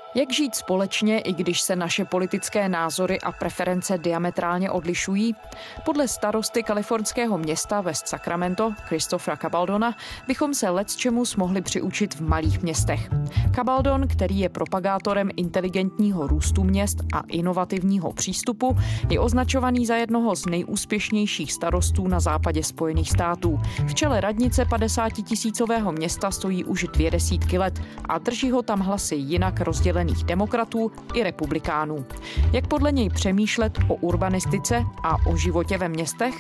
Jak žít společně, i když se naše politické názory a preference diametrálně odlišují? Podle starosty kalifornského města West Sacramento, Christophera Cabaldona, bychom se lecčemus mohli přiučit v malých městech. Cabaldon, který je propagátorem inteligentního růstu měst a inovativního přístupu, je označovaný za jednoho z nejúspěšnějších starostů na západě Spojených států. V čele radnice 50-tisícového města stojí už 20 let a drží ho tam hlasy jinak rozdělených demokratů i republikánů. Jak podle něj přemýšlet o urbanistice a o životě ve městech?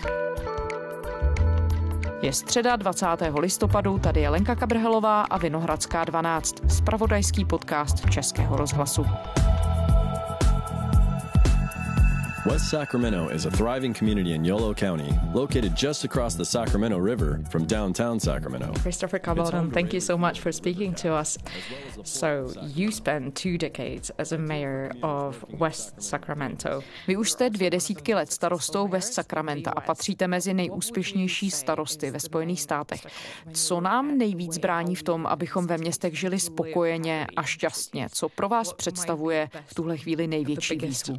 Je středa 20. listopadu, tady je Lenka Kabrhelová a Vinohradská 12, zpravodajský podcast Českého rozhlasu. West Sacramento is a thriving community in Yolo County, located just across the Sacramento River from downtown Sacramento. Christopher Cabaldon, thank you so much for speaking to us. So, you spent 2 decades as a mayor of West Sacramento. Vy už jste 20 let starostou West Sacramento a patříte mezi nejúspěšnější starosty ve Spojených státech. Co nám nejvíc brání v tom, abychom ve městech žili spokojeně a šťastně? Co pro vás představuje v tuhle chvíli největší výzvu?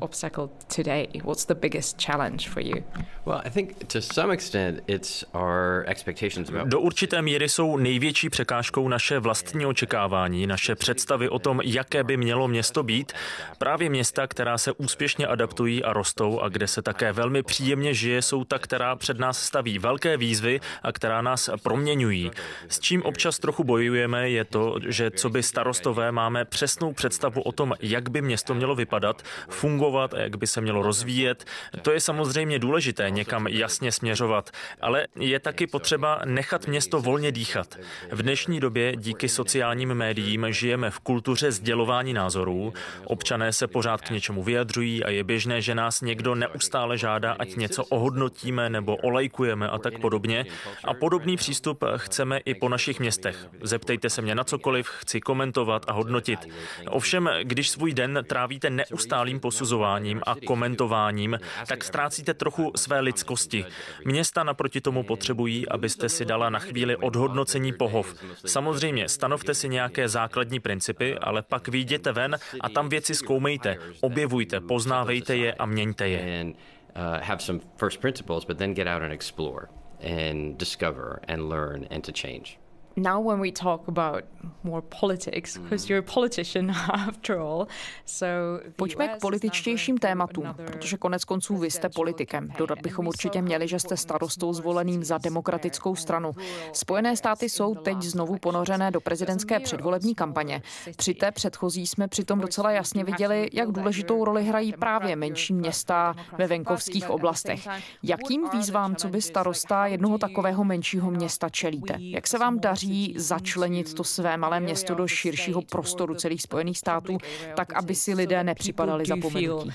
What's the biggest challenge for you? Well, I think to some extent it's our expectations about... Do určité míry jsou největší překážkou naše vlastní očekávání, naše představy o tom, jaké by mělo město být. Právě města, která se úspěšně adaptují a rostou a kde se také velmi příjemně žije, jsou ta, která před nás staví velké výzvy a která nás proměňují. S čím občas trochu bojujeme, je to, že co by starostové máme přesnou představu o tom, jak by město mělo vypadat, fungovat a jak by se mělo rozvíjet. To je samozřejmě důležité někam jasně směřovat, ale je taky potřeba nechat město volně dýchat. V dnešní době díky sociálním médiím žijeme v kultuře sdělování názorů. Občané se pořád k něčemu vyjadřují a je běžné, že nás někdo neustále žádá, ať něco ohodnotíme nebo olajkujeme a tak podobně. A podobný přístup chceme i po našich městech. Zeptejte se mě na cokoliv, chci komentovat a hodnotit. Ovšem, když svůj den trávíte neustálým posuzováním a komentováním, tak ztrácíte trochu své lidskosti. Města naproti tomu potřebují, abyste si dala na chvíli odhodnocení pohov. Samozřejmě, stanovte si nějaké základní principy, ale pak vyjděte ven a tam věci zkoumejte, objevujte, poznávejte je a měňte je. Have some first principles, but then get out and explore and discover and learn and to change. Now when we talk about more politics, because you're a politician after all, Pojďme k političtějším tématům, protože konec konců vy jste politikem. Dodat bychom určitě měli, že jste starostou zvoleným za demokratickou stranu. Spojené státy jsou teď znovu ponořené do prezidentské předvolební kampaně. Při té předchozí jsme přitom docela jasně viděli, jak důležitou roli hrají právě menší města ve venkovských oblastech. Jakým výzvám, co by starosta jednoho takového menšího města čelíte? Jak se vám daří začlenit to své malé město do širšího prostoru celých Spojených států, tak aby si lidé nepřipadali zapomenutí?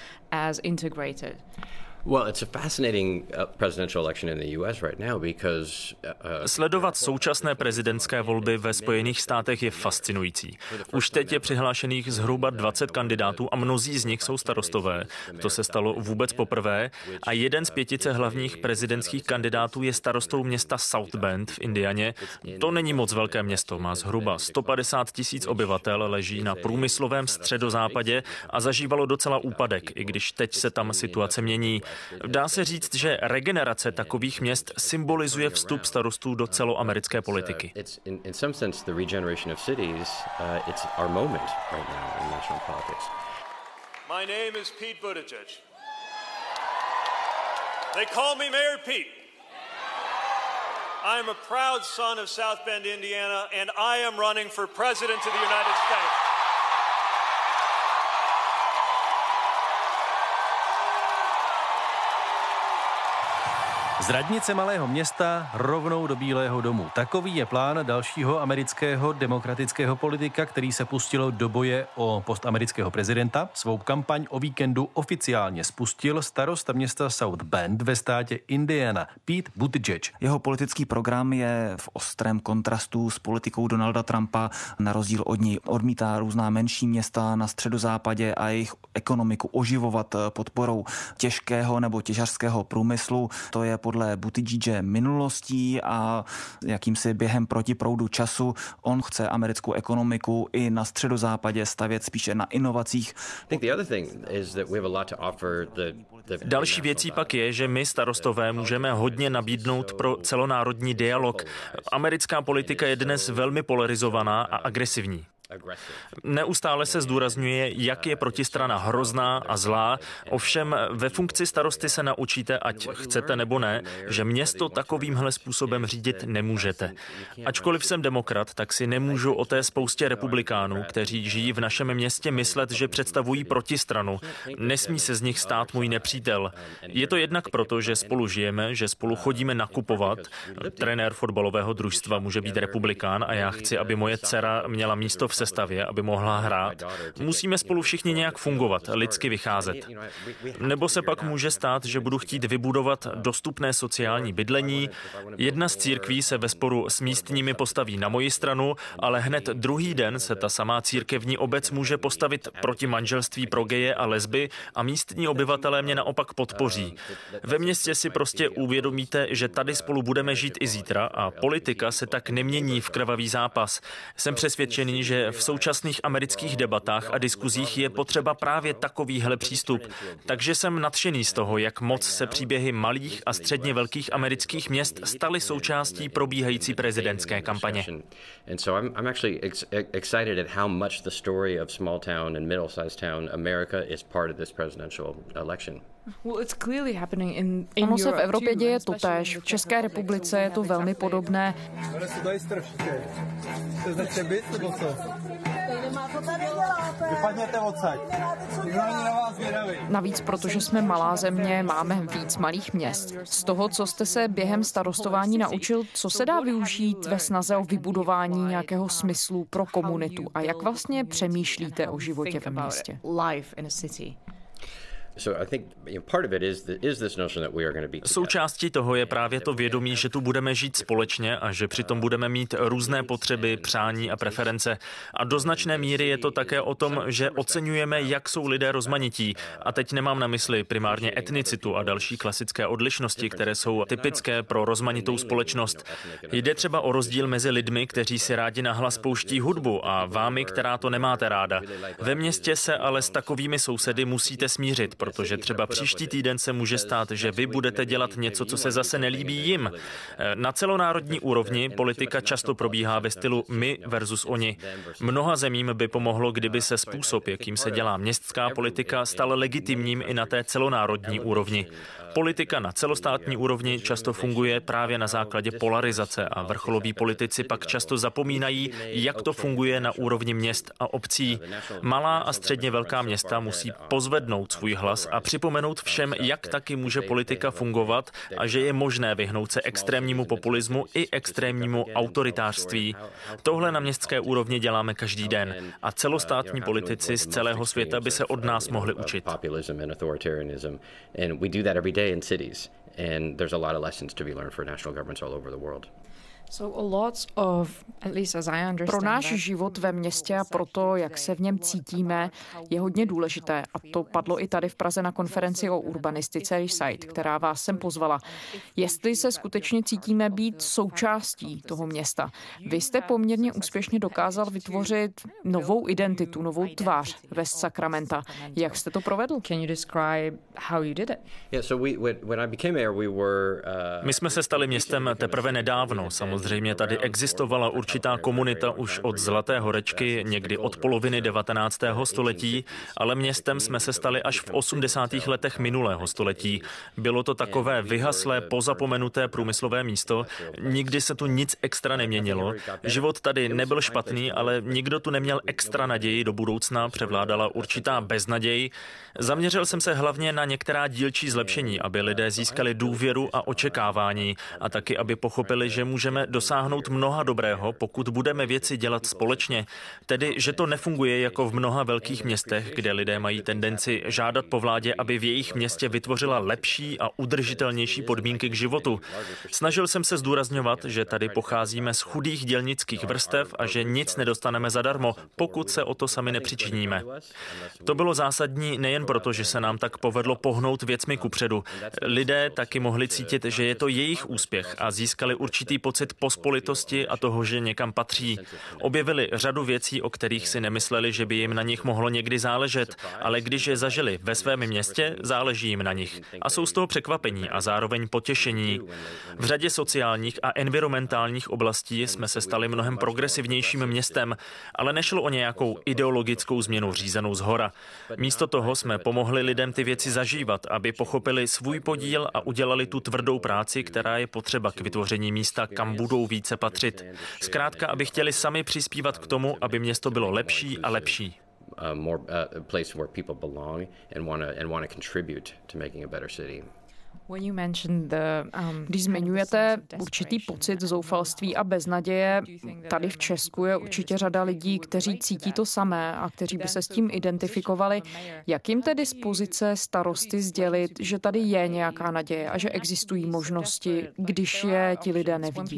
Well, it's a fascinating presidential election in the US right now because Sledovat současné prezidentské volby ve Spojených státech je fascinující. Už teď je přihlášených zhruba 20 kandidátů a mnozí z nich jsou starostové. To se stalo vůbec poprvé a jeden z 5 hlavních prezidentských kandidátů je starostou města South Bend v Indianě. To není moc velké město, má zhruba 150 000 obyvatel, leží na průmyslovém středozápadě a zažívalo docela úpadek, i když teď se tam situace mění. Dá se říct, že regenerace takových měst symbolizuje vstup starostů do celoamerické politiky. My name is Pete Buttigieg. They call me Mayor Pete. I am a proud son of South Bend, Indiana, and I am running for president of the United States. Z radnice malého města rovnou do Bílého domu. Takový je plán dalšího amerického demokratického politika, který se pustil do boje o post amerického prezidenta. Svou kampaň o víkendu oficiálně spustil starosta města South Bend ve státě Indiana, Pete Buttigieg. Jeho politický program je v ostrém kontrastu s politikou Donalda Trumpa. Na rozdíl od něj odmítá různá menší města na středozápadě a jejich ekonomiku oživovat podporou těžkého nebo těžařského průmyslu. To je podle Buttigiege minulostí a jakýmsi během protiproudu času. On chce americkou ekonomiku i na středozápadě stavět spíše na inovacích. Další věcí pak je, že my starostové můžeme hodně nabídnout pro celonárodní dialog. Americká politika je dnes velmi polarizovaná a agresivní. Neustále se zdůrazňuje, jak je protistrana hrozná a zlá, ovšem ve funkci starosty se naučíte, ať chcete nebo ne, že město takovýmhle způsobem řídit nemůžete. Ačkoliv jsem demokrat, tak si nemůžu o té spoustě republikánů, kteří žijí v našem městě, myslet, že představují protistranu. Nesmí se z nich stát můj nepřítel. Je to jednak proto, že spolu žijeme, že spolu chodíme nakupovat. Trenér fotbalového družstva může být republikán a já chci, aby moje dcera měla místo v sestavě, aby mohla hrát. Musíme spolu všichni nějak fungovat, lidsky vycházet. Nebo se pak může stát, že budu chtít vybudovat dostupné sociální bydlení. Jedna z církví se ve sporu s místními postaví na moji stranu, ale hned druhý den se ta samá církevní obec může postavit proti manželství pro geje a lesby a místní obyvatelé mě naopak podpoří. Ve městě si prostě uvědomíte, že tady spolu budeme žít i zítra a politika se tak nemění v krvavý zápas. Jsem přesvědčený, že v současných amerických debatách a diskuzích je potřeba právě takovýhle přístup. Takže jsem nadšený z toho, jak moc se příběhy malých a středně velkých amerických měst staly součástí probíhající prezidentské kampaně. Ono se v Evropě děje totéž. V České republice je to velmi podobné. Navíc, protože jsme malá země, máme víc malých měst. Z toho, co jste se během starostování naučil, co se dá využít ve snaze o vybudování nějakého smyslu pro komunitu a jak vlastně přemýšlíte o životě ve městě? Součástí toho je právě to vědomí, že tu budeme žít společně a že přitom budeme mít různé potřeby, přání a preference. A do značné míry je to také o tom, že oceňujeme, jak jsou lidé rozmanití. A teď nemám na mysli primárně etnicitu a další klasické odlišnosti, které jsou typické pro rozmanitou společnost. Jde třeba o rozdíl mezi lidmi, kteří si rádi nahlas pouští hudbu a vámi, která to nemáte ráda. Ve městě se ale s takovými sousedy musíte smířit, protože třeba příští týden se může stát, že vy budete dělat něco, co se zase nelíbí jim. Na celonárodní úrovni politika často probíhá ve stylu my versus oni. Mnoha zemím by pomohlo, kdyby se způsob, jakým se dělá městská politika, stal legitimním i na té celonárodní úrovni. Politika na celostátní úrovni často funguje právě na základě polarizace a vrcholoví politici pak často zapomínají, jak to funguje na úrovni měst a obcí. Malá a středně velká města musí pozvednout svůj hlas a připomenout všem, jak taky může politika fungovat a že je možné vyhnout se extrémnímu populismu i extrémnímu autoritářství. Tohle na městské úrovni děláme každý den a celostátní politici z celého světa by se od nás mohli učit. In cities, and there's a lot of lessons to be learned for national governments all over the world. Pro náš život ve městě a pro to, jak se v něm cítíme, je hodně důležité. A to padlo i tady v Praze na konferenci o urbanistice Recite, která vás sem pozvala. Jestli se skutečně cítíme být součástí toho města. Vy jste poměrně úspěšně dokázal vytvořit novou identitu, novou tvář West Sacramento. Jak jste to provedl? My jsme se stali městem teprve nedávno. Samozřejmě tady existovala určitá komunita už od Zlaté horečky, někdy od poloviny 19. století, ale městem jsme se stali až v 80. letech minulého století. Bylo to takové vyhaslé, pozapomenuté průmyslové místo, nikdy se tu nic extra neměnilo. Život tady nebyl špatný, ale nikdo tu neměl extra naději do budoucna, převládala určitá beznaděj. Zaměřil jsem se hlavně na některá dílčí zlepšení, aby lidé získali důvěru a očekávání a taky, aby pochopili, že můžeme můžeme dosáhnout mnoha dobrého, pokud budeme věci dělat společně. Tedy, že to nefunguje jako v mnoha velkých městech, kde lidé mají tendenci žádat po vládě, aby v jejich městě vytvořila lepší a udržitelnější podmínky k životu. Snažil jsem se zdůrazňovat, že tady pocházíme z chudých dělnických vrstev a že nic nedostaneme zadarmo, pokud se o to sami nepřičiníme. To bylo zásadní nejen proto, že se nám tak povedlo pohnout věcmi kupředu. Lidé taky mohli cítit, že je to jejich úspěch a získali určitý pocit pospolitosti a toho, že někam patří. Objevili řadu věcí, o kterých si nemysleli, že by jim na nich mohlo někdy záležet, ale když je zažili ve svém městě, záleží jim na nich. A jsou z toho překvapení a zároveň potěšení. V řadě sociálních a environmentálních oblastí jsme se stali mnohem progresivnějším městem, ale nešlo o nějakou ideologickou změnu řízenou zhora. Místo toho jsme pomohli lidem ty věci zažívat, aby pochopili svůj podíl a udělali tu tvrdou práci, která je potřeba k vytvoření místa, kam budou více patřit. Zkrátka, aby chtěli sami přispívat k tomu, aby město bylo lepší a lepší. Když zmiňujete určitý pocit zoufalství a beznaděje, tady v Česku je určitě řada lidí, kteří cítí to samé a kteří by se s tím identifikovali. Jak jim tedy z pozice starosty sdělit, že tady je nějaká naděje a že existují možnosti, když je ti lidé nevidí?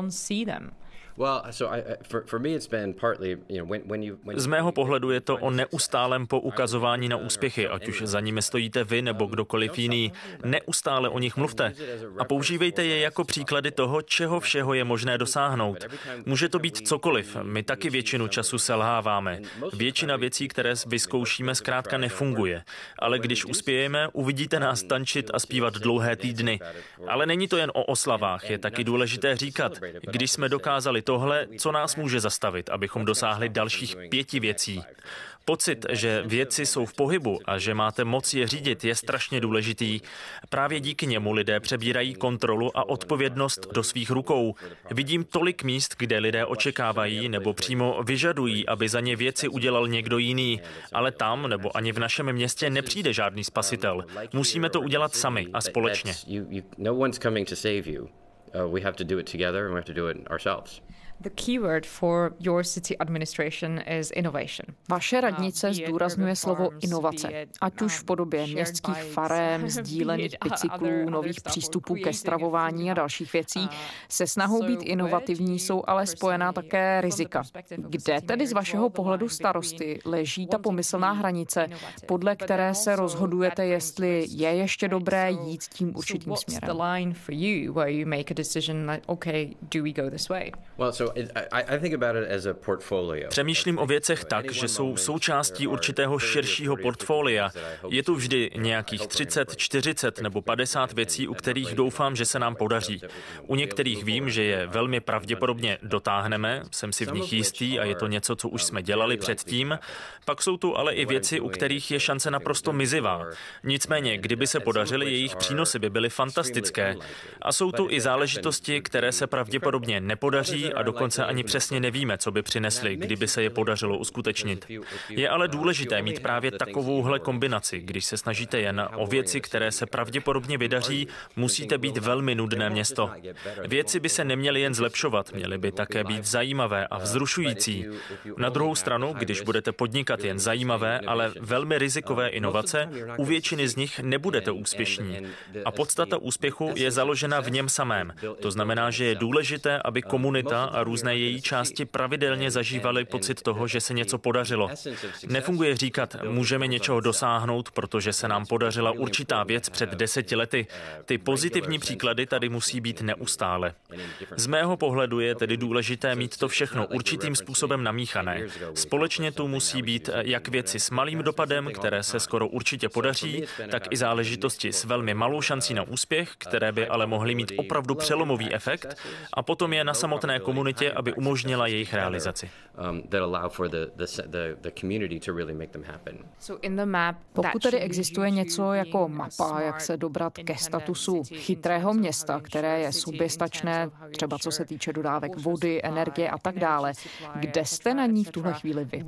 Z mého pohledu je to o neustálém poukazování na úspěchy, ať už za nimi stojíte vy nebo kdokoliv jiný. Neustále o nich mluvte a používejte je jako příklady toho, čeho všeho je možné dosáhnout. Může to být cokoliv, my taky většinu času selháváme. Většina věcí, které vyzkoušíme, zkrátka nefunguje. Ale když uspějeme, uvidíte nás tančit a zpívat dlouhé týdny. Ale není to jen o oslavách, je taky důležité říkat, když jsme dokázali tohle, co nás může zastavit, abychom dosáhli dalších 5 věcí. Pocit, že věci jsou v pohybu a že máte moc je řídit, je strašně důležitý. Právě díky němu lidé přebírají kontrolu a odpovědnost do svých rukou. Vidím tolik míst, kde lidé očekávají nebo přímo vyžadují, aby za ně věci udělal někdo jiný. Ale tam nebo ani v našem městě nepřijde žádný spasitel. Musíme to udělat sami a společně. We have to do it together and we have to do it ourselves. The keyword for your city administration is innovation. Vaše radnice zdůrazňuje slovo inovace, ať už v podobě městských farem, sdílených bicyklů, nových přístupů ke stravování a dalších věcí. Se snahou být inovativní jsou ale spojená také rizika. Kde tedy z vašeho pohledu starosty leží ta pomyslná hranice, podle které se rozhodujete, jestli je ještě dobré jít tím určitým směrem? Přemýšlím o věcech tak, že jsou součástí určitého širšího portfolia. Je tu vždy nějakých 30, 40 nebo 50 věcí, u kterých doufám, že se nám podaří. U některých vím, že je velmi pravděpodobně dotáhneme, jsem si v nich jistý a je to něco, co už jsme dělali předtím. Pak jsou tu ale i věci, u kterých je šance naprosto mizivá. Nicméně, kdyby se podařily, jejich přínosy by byly fantastické. A jsou tu i záležitosti, které se pravděpodobně nepodaří a dokonce ani přesně nevíme, co by přinesly, kdyby se je podařilo uskutečnit. Je ale důležité mít právě takovouhle kombinaci. Když se snažíte jen o věci, které se pravděpodobně vydaří, musíte být velmi nudné město. Věci by se neměly jen zlepšovat, měly by také být zajímavé a vzrušující. Na druhou stranu, když budete podnikat jen zajímavé, ale velmi rizikové inovace, u většiny z nich nebudete úspěšní. A podstata úspěchu je založena v něm samém. To znamená, že je důležité, aby komunita a různé její části pravidelně zažívaly pocit toho, že se něco podařilo. Nefunguje říkat, můžeme něčeho dosáhnout, protože se nám podařila určitá věc před 10 lety. Ty pozitivní příklady tady musí být neustále. Z mého pohledu je tedy důležité mít to všechno určitým způsobem namíchané. Společně tu musí být jak věci s malým dopadem, které se skoro určitě podaří, tak i záležitosti s velmi malou šancí na úspěch, které by ale mohly mít opravdu přelomový efekt, a potom je na samotné komunitě komunitě, aby umožnila jejich realizaci. Pokud tedy existuje něco jako mapa, jak se dobrat ke statusu chytrého města, které je soběstačné, třeba co se týče dodávek vody, energie a tak dále, kde jste na ní v tuhle chvíli vy?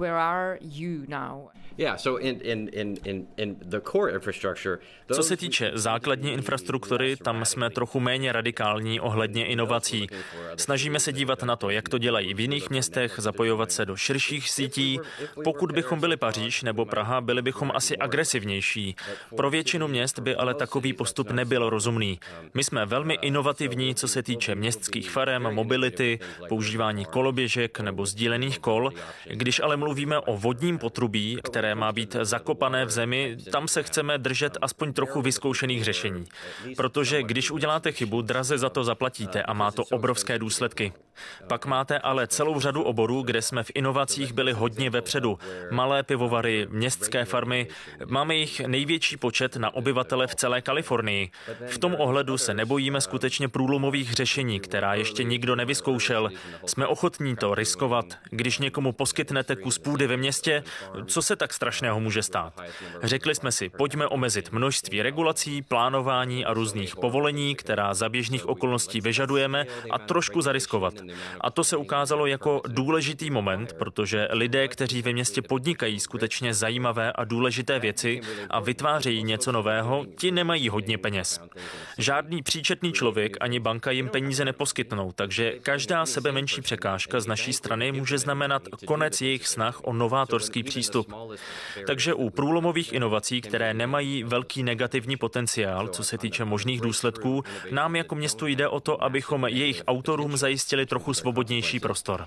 Co se týče základní infrastruktury, tam jsme trochu méně radikální ohledně inovací. Snažíme se dívat na to, jak to dělají v jiných městech, zapojovat se do širších sítí. Pokud bychom byli Paříž nebo Praha, byli bychom asi agresivnější. Pro většinu měst by ale takový postup nebyl rozumný. My jsme velmi inovativní, co se týče městských farem, mobility, používání koloběžek nebo sdílených kol. Když ale mluvíme o vodním potrubí, které má být zakopané v zemi, tam se chceme držet aspoň trochu vyzkoušených řešení. Protože když uděláte chybu, draze za to zaplatíte a má to obrovské důsledky. Pak máte ale celou řadu oborů, kde jsme v inovacích byli hodně vepředu. Malé pivovary, městské farmy, máme jich největší počet na obyvatele v celé Kalifornii. V tom ohledu se nebojíme skutečně průlomových řešení, která ještě nikdo nevyzkoušel. Jsme ochotní to riskovat. Když někomu poskytnete kus půdy ve městě, co se tak strašného může stát? Řekli jsme si, pojďme omezit množství regulací, plánování a různých povolení, která za běžných okolností vyžadujeme, a trošku zariskovat. A to se ukázalo jako důležitý moment, protože lidé, kteří ve městě podnikají skutečně zajímavé a důležité věci a vytvářejí něco nového, ti nemají hodně peněz. Žádný příčetný člověk ani banka jim peníze neposkytnou, takže každá sebe menší překážka z naší strany může znamenat konec jejich snah o novátorský přístup. Takže u průlomových inovací, které nemají velký negativní potenciál, co se týče možných důsledků, nám jako městu jde o to, abychom jejich autorům zajistili trochu svobodnější prostor.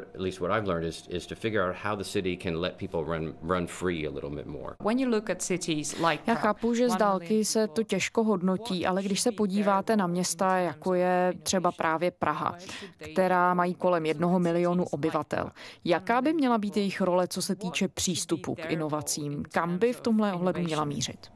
Já chápu, že z dálky se to těžko hodnotí, ale když se podíváte na města, jako je třeba právě Praha, která mají kolem 1 milionu obyvatel, jaká by měla být jejich role, co se týče přístupu k inovacím? Kam by v tomhle ohledu měla mířit?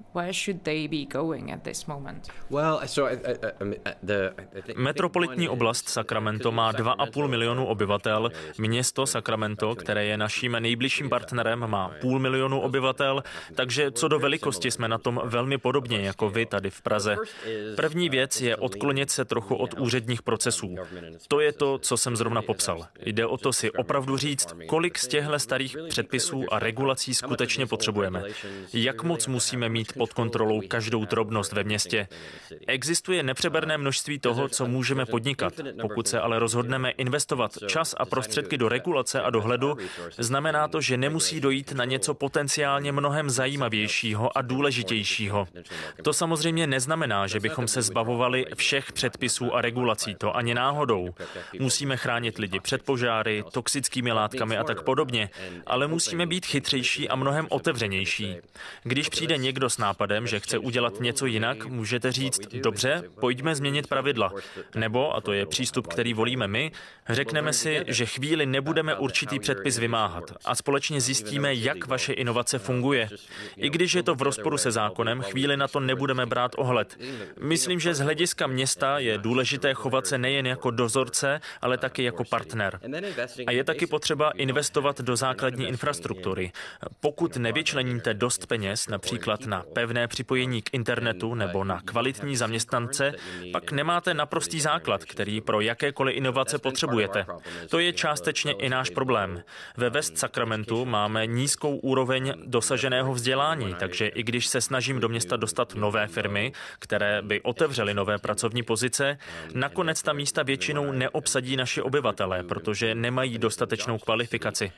Metropolitní oblast Sacramento má 2,5 milionu obyvatel. Město Sacramento, které je naším nejbližším partnerem, má 0,5 milionu obyvatel, takže co do velikosti jsme na tom velmi podobně jako vy tady v Praze. První věc je odklonit se trochu od úředních procesů. To je to, co jsem zrovna popsal. Jde o to si opravdu říct, kolik z těchto starých předpisů a regulací skutečně potřebujeme. Jak moc musíme mít pod kontrolou každou drobnost ve městě. Existuje nepřeberné množství toho, co můžeme podnikat. Pokud se ale rozhodneme investovat čas a prostředky do regulace a dohledu, znamená to, že nemusí dojít na něco potenciálně mnohem zajímavějšího a důležitějšího. To samozřejmě neznamená, že bychom se zbavovali všech předpisů a regulací, to ani náhodou. Musíme chránit lidi před požáry, toxickými látkami a tak podobně, ale musíme být chytřejší a mnohem otevřenější. Když přijde někdo s nápadem, že chce udělat něco jinak, můžete říct, dobře, pojďme změnit pravidla. Nebo, a to je přístup, který volíme my, řekneme si, že chvíli nebudeme určitý předpis vymáhat a společně zjistíme, jak vaše inovace funguje. I když je to v rozporu se zákonem, chvíli na to nebudeme brát ohled. Myslím, že z hlediska města je důležité chovat se nejen jako dozorce, ale taky jako partner. A je taky potřeba investovat do základní infrastruktury. Pokud nevyčleníte dost peněz, například na pevné připojení k internetu nebo na kvalitní zaměstnance, pak nemáte naprostý základ, který pro jakékoliv inovace potřebujete. To je částečně i náš problém. Ve West Sacramentu máme nízkou úroveň dosaženého vzdělání, takže i když se snažím do města dostat nové firmy, které by otevřely nové pracovní pozice, nakonec ta místa většinou neobsadí naši obyvatelé, protože nemají dostatečnou kvalifikaci.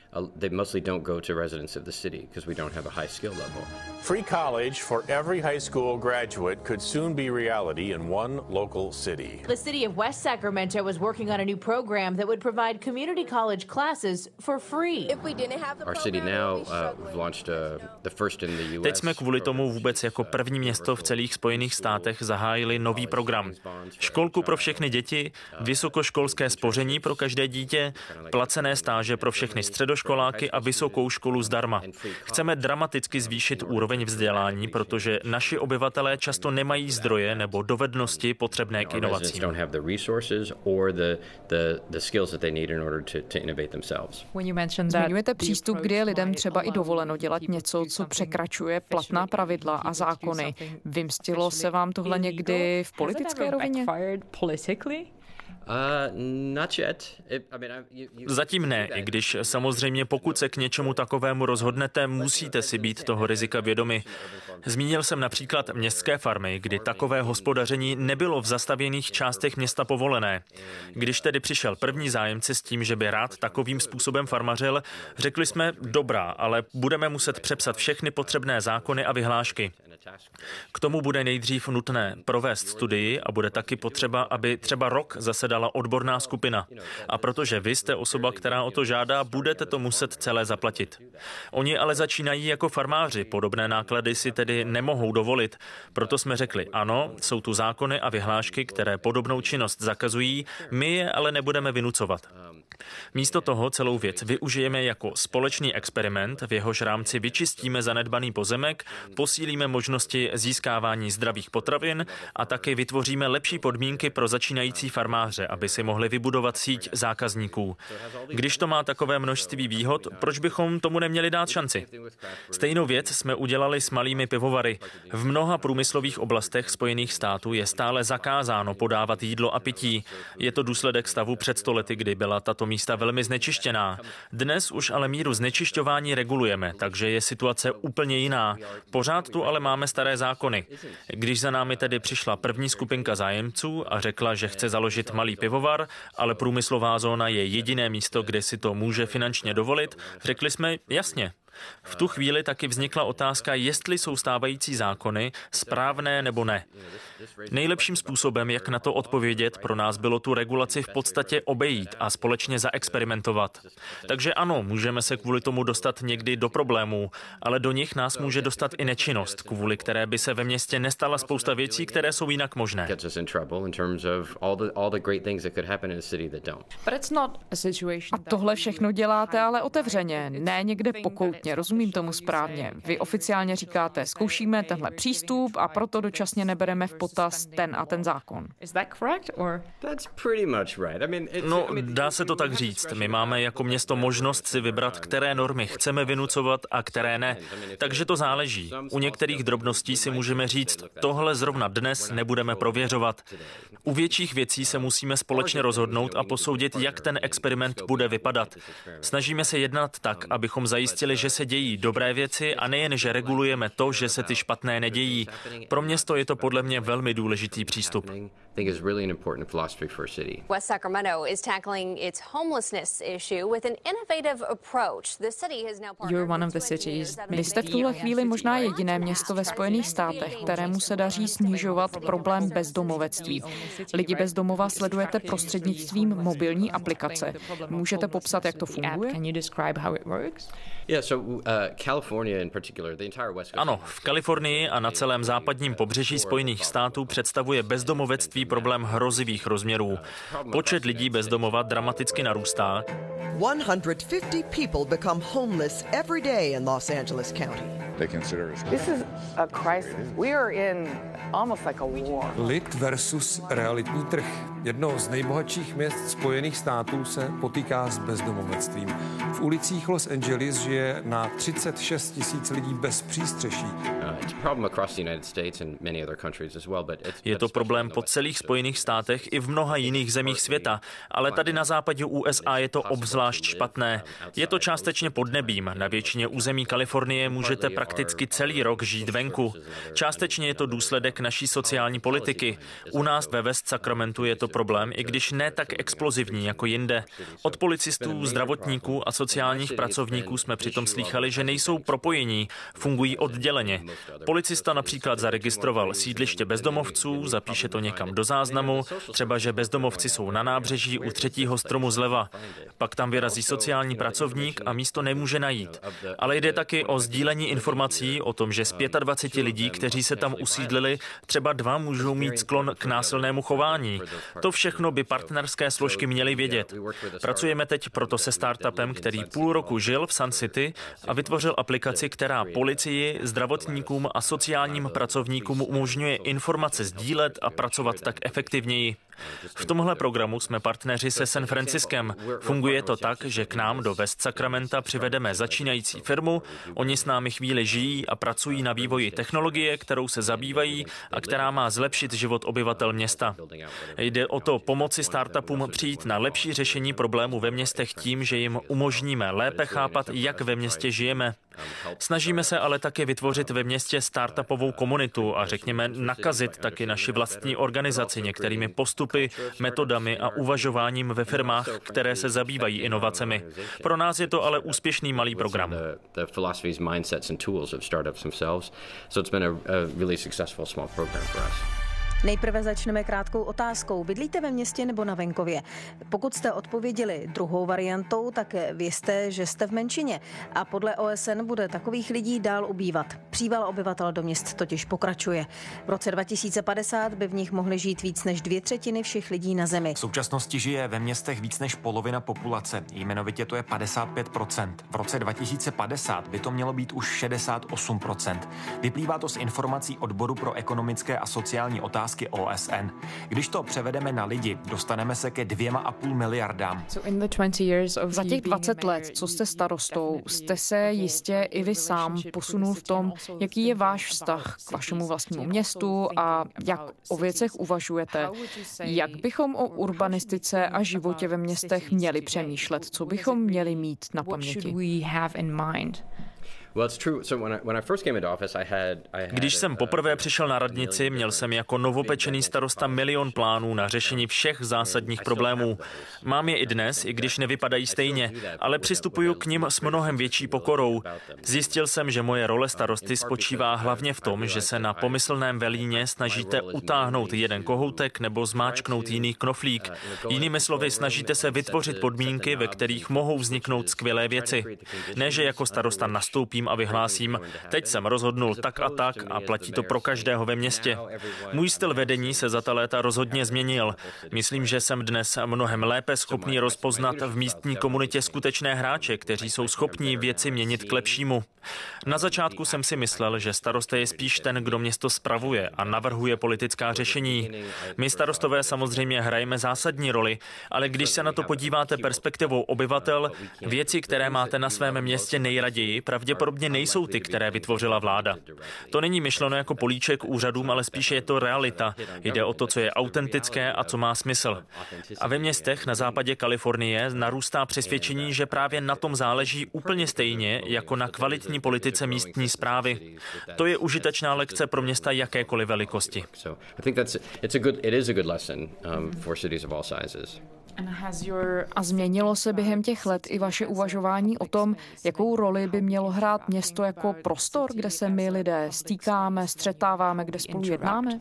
Free college for every high school graduate could soon be reality in one local city. The city of West Sacramento is working on a new program that would provide community college classes for free. Our city now launched the first in the US. Teď jsme kvůli tomu vůbec jako první město v celých Spojených státech zahájili nový program. Školku pro všechny děti, vysokoškolské spoření pro každé dítě, placené stáže pro všechny středoškoláky a vysokou školu zdarma. Chceme dramaticky zvýšit úroveň vzdělání, protože naši obyvatelé často nemají zdroje nebo dovednosti potřebné k inovacím. the skills that they need in order to innovate themselves. Zmiňujete přístup, kdy je lidem třeba i dovoleno dělat něco, co překračuje platná pravidla a zákony. Vymstilo se vám tohle někdy v politické rovině? Zatím ne, i když samozřejmě pokud se k něčemu takovému rozhodnete, musíte si být toho rizika vědomi. Zmínil jsem například městské farmy, kdy takové hospodaření nebylo v zastavěných částech města povolené. Když tedy přišel první zájemce s tím, že by rád takovým způsobem farmařil, řekli jsme, dobrá, ale budeme muset přepsat všechny potřebné zákony a vyhlášky. K tomu bude nejdřív nutné provést studii a bude taky potřeba, aby třeba rok zasedala odborná skupina. A protože vy jste osoba, která o to žádá, budete to muset celé zaplatit. Oni ale začínají jako farmáři, podobné náklady si tedy nemohou dovolit. Proto jsme řekli, ano, jsou tu zákony a vyhlášky, které podobnou činnost zakazují, my je ale nebudeme vynucovat. Místo toho celou věc využijeme jako společný experiment, v jehož rámci vyčistíme zanedbaný pozemek, posílíme možnosti získávání zdravých potravin a taky vytvoříme lepší podmínky pro začínající farmáře, aby si mohli vybudovat síť zákazníků. Když to má takové množství výhod, proč bychom tomu neměli dát šanci? Stejnou věc jsme udělali s malými pivovary. V mnoha průmyslových oblastech Spojených států je stále zakázáno podávat jídlo a pití. Je to důsledek stavu před 100 lety, kdy byla tato místa velmi znečištěná. Dnes už ale míru znečišťování regulujeme, takže je situace úplně jiná. Pořád tu ale máme staré zákony. Když za námi tedy přišla první skupinka zájemců a řekla, že chce založit malý pivovar, ale průmyslová zóna je jediné místo, kde si to může finančně dovolit, řekli jsme jasně. V tu chvíli taky vznikla otázka, jestli jsou stávající zákony správné nebo ne. Nejlepším způsobem, jak na to odpovědět, pro nás bylo tu regulaci v podstatě obejít a společně zaexperimentovat. Takže ano, můžeme se kvůli tomu dostat někdy do problémů, ale do nich nás může dostat i nečinnost, kvůli které by se ve městě nestala spousta věcí, které jsou jinak možné. A tohle všechno děláte ale otevřeně, ne někde pokoutně. Rozumím tomu správně. Vy oficiálně říkáte, zkoušíme tenhle přístup a proto dočasně nebereme v potaz ten a ten zákon. No, dá se to tak říct. My máme jako město možnost si vybrat, které normy chceme vynucovat a které ne. Takže to záleží. U některých drobností si můžeme říct, tohle zrovna dnes nebudeme prověřovat. U větších věcí se musíme společně rozhodnout a posoudit, jak ten experiment bude vypadat. Snažíme se jednat tak, abychom zajistili, že se dějí dobré věci a nejen, že regulujeme to, že se ty špatné nedějí. Pro město je to podle mě velmi důležitý přístup. West Sacramento is tackling its homelessness issue with an innovative approach. The city has now You're one of the cities. Vy jste v tuhle chvíli možná jediné město ve Spojených státech, kterému se daří snižovat problém bezdomovectví. Lidi bez domova sledujete prostřednictvím mobilní aplikace. Můžete popsat, jak to funguje? Ano, v Kalifornii a na celém západním pobřeží Spojených států představuje bezdomovectví problém hrozivých rozměrů. Počet lidí bez domova dramaticky narůstá. 150 people become homeless every day in Los Angeles County. This is a crisis. We are in almost like a war. Lid versus realitní trh. Jedno z nejbohatších měst Spojených států se potýká s bezdomovectvím. V ulicích Los Angeles žije na 36 000 lidí bez přístřeší. Je to problém po celých Spojených státech i v mnoha jiných zemích světa, ale tady na západě USA je to obzvlášť špatné. Je to částečně pod nebím. Na většině území Kalifornie můžete prakticky celý rok žít venku. Částečně je to důsledek naší sociální politiky. U nás ve West Sacramentu je to problém, i když ne tak explozivní jako jinde. Od policistů, zdravotníků a sociálních pracovníků jsme přitom slýchali, že nejsou propojení, fungují odděleně. Policista například zaregistroval sídliště bezdomovců, zapíše to někam do záznamu, třeba že bezdomovci jsou na nábřeží u 3. stromu zleva. Pak tam vyrazí sociální pracovník a místo nemůže najít. Ale jde taky o sdílení informací o tom, že z 25 lidí, kteří se tam usídlili, třeba 2 můžou mít sklon k násilnému chování. To všechno by partnerské složky měly vědět. Pracujeme teď proto se startupem, který půl roku žil v Sun City a vytvořil aplikaci, která policii, zdravotníkům a sociálním pracovníkům umožňuje informace sdílet a pracovat tak efektivněji. V tomhle programu jsme partneři se San Franciskem. Funguje to tak, že k nám do West Sacramenta přivedeme začínající firmu, oni s námi chvíli žijí a pracují na vývoji technologie, kterou se zabývají a která má zlepšit život obyvatel města. Jde o to pomoci startupům přijít na lepší řešení problémů ve městech tím, že jim umožníme lépe chápat, jak ve městě žijeme. Snažíme se ale také vytvořit ve městě startupovou komunitu a řekněme nakazit taky naši vlastní organizaci některými postupy, metodami a uvažováním ve firmách, které se zabývají inovacemi. Pro nás je to ale úspěšný malý program. Nejprve začneme krátkou otázkou. Bydlíte ve městě nebo na venkově? Pokud jste odpověděli druhou variantou, tak vězte, že jste v menšině. A podle OSN bude takových lidí dál ubývat. Příval obyvatel do měst totiž pokračuje. V roce 2050 by v nich mohly žít víc než 2/3 všech lidí na Zemi. V současnosti žije ve městech víc než polovina populace. Jmenovitě to je 55%. V roce 2050 by to mělo být už 68%. Vyplývá to z informací Odboru pro ekonomické a sociální otázky OSN. Když to převedeme na lidi, dostaneme se ke 2,5 miliardám. Za těch 20 let, co jste starostou, jste se jistě i vy sám posunul v tom, jaký je váš vztah k vašemu vlastnímu městu a jak o věcech uvažujete. Jak bychom o urbanistice a životě ve městech měli přemýšlet? Co bychom měli mít na paměti? Když jsem poprvé přišel na radnici, měl jsem jako novopečený starosta milion plánů na řešení všech zásadních problémů. Mám je i dnes, i když nevypadají stejně, ale přistupuju k nim s mnohem větší pokorou. Zjistil jsem, že moje role starosty spočívá hlavně v tom, že se na pomyslném velíně snažíte utáhnout jeden kohoutek nebo zmáčknout jiný knoflík. Jinými slovy, snažíte se vytvořit podmínky, ve kterých mohou vzniknout skvělé věci. Ne, že jako starosta nastoupím a vyhlásím, teď jsem rozhodnul tak a platí to pro každého ve městě. Můj styl vedení se za ta léta rozhodně změnil. Myslím, že jsem dnes mnohem lépe schopný rozpoznat v místní komunitě skutečné hráče, kteří jsou schopní věci měnit k lepšímu. Na začátku jsem si myslel, že starosta je spíš ten, kdo město spravuje a navrhuje politická řešení. My starostové samozřejmě hrajeme zásadní roli, ale když se na to podíváte perspektivou obyvatel, věci, které máte na svém městě nejraději, pravděpodobně nejsou ty, které vytvořila vláda. To není myšleno jako políček úřadům, ale spíše je to realita. Jde o to, co je autentické a co má smysl. A ve městech na západě Kalifornie narůstá přesvědčení, že právě na tom záleží úplně stejně jako na kvalitní politice místní správy. To je užitečná lekce pro města jakékoliv velikosti. A změnilo se během těch let i vaše uvažování o tom, jakou roli by mělo hrát město jako prostor, kde se my lidé stýkáme, střetáváme, kde spolu jednáme?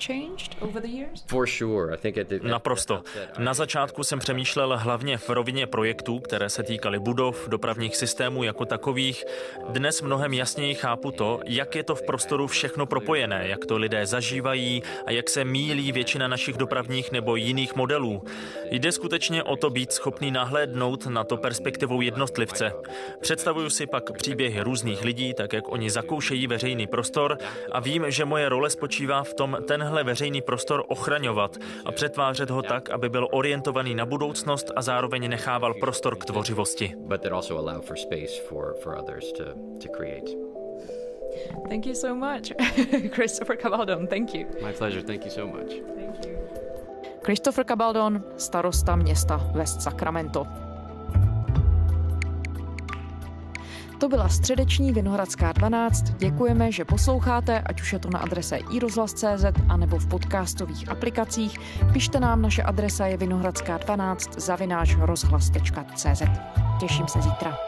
Naprosto. Na začátku jsem přemýšlel hlavně v rovině projektů, které se týkaly budov, dopravních systémů jako takových. Dnes mnohem jasněji chápu to, jak je to v prostoru všechno propojené, jak to lidé zažívají a jak se mílí většina našich dopravních nebo jiných modelů. Jde skutečně o to být schopný nahlédnout na to perspektivou jednotlivce. Představuju si pak příběhy různých lidí, tak jak oni zakoušejí veřejný prostor a vím, že moje role spočívá v tom tenhle veřejný prostor ochraňovat a přetvářet ho tak, aby byl orientovaný na budoucnost a zároveň nechával prostor k tvořivosti. Thank you so much, Christopher Cabaldon. Thank you. My pleasure. Thank you so much. Thank you. Christopher Cabaldon, starosta města West Sacramento. To byla středeční Vinohradská 12. Děkujeme, že posloucháte, ať už je to na adrese iRozhlas.cz a nebo v podcastových aplikacích. Pište nám, naše adresa je vinohradská12@rozhlas.cz. Těším se zítra.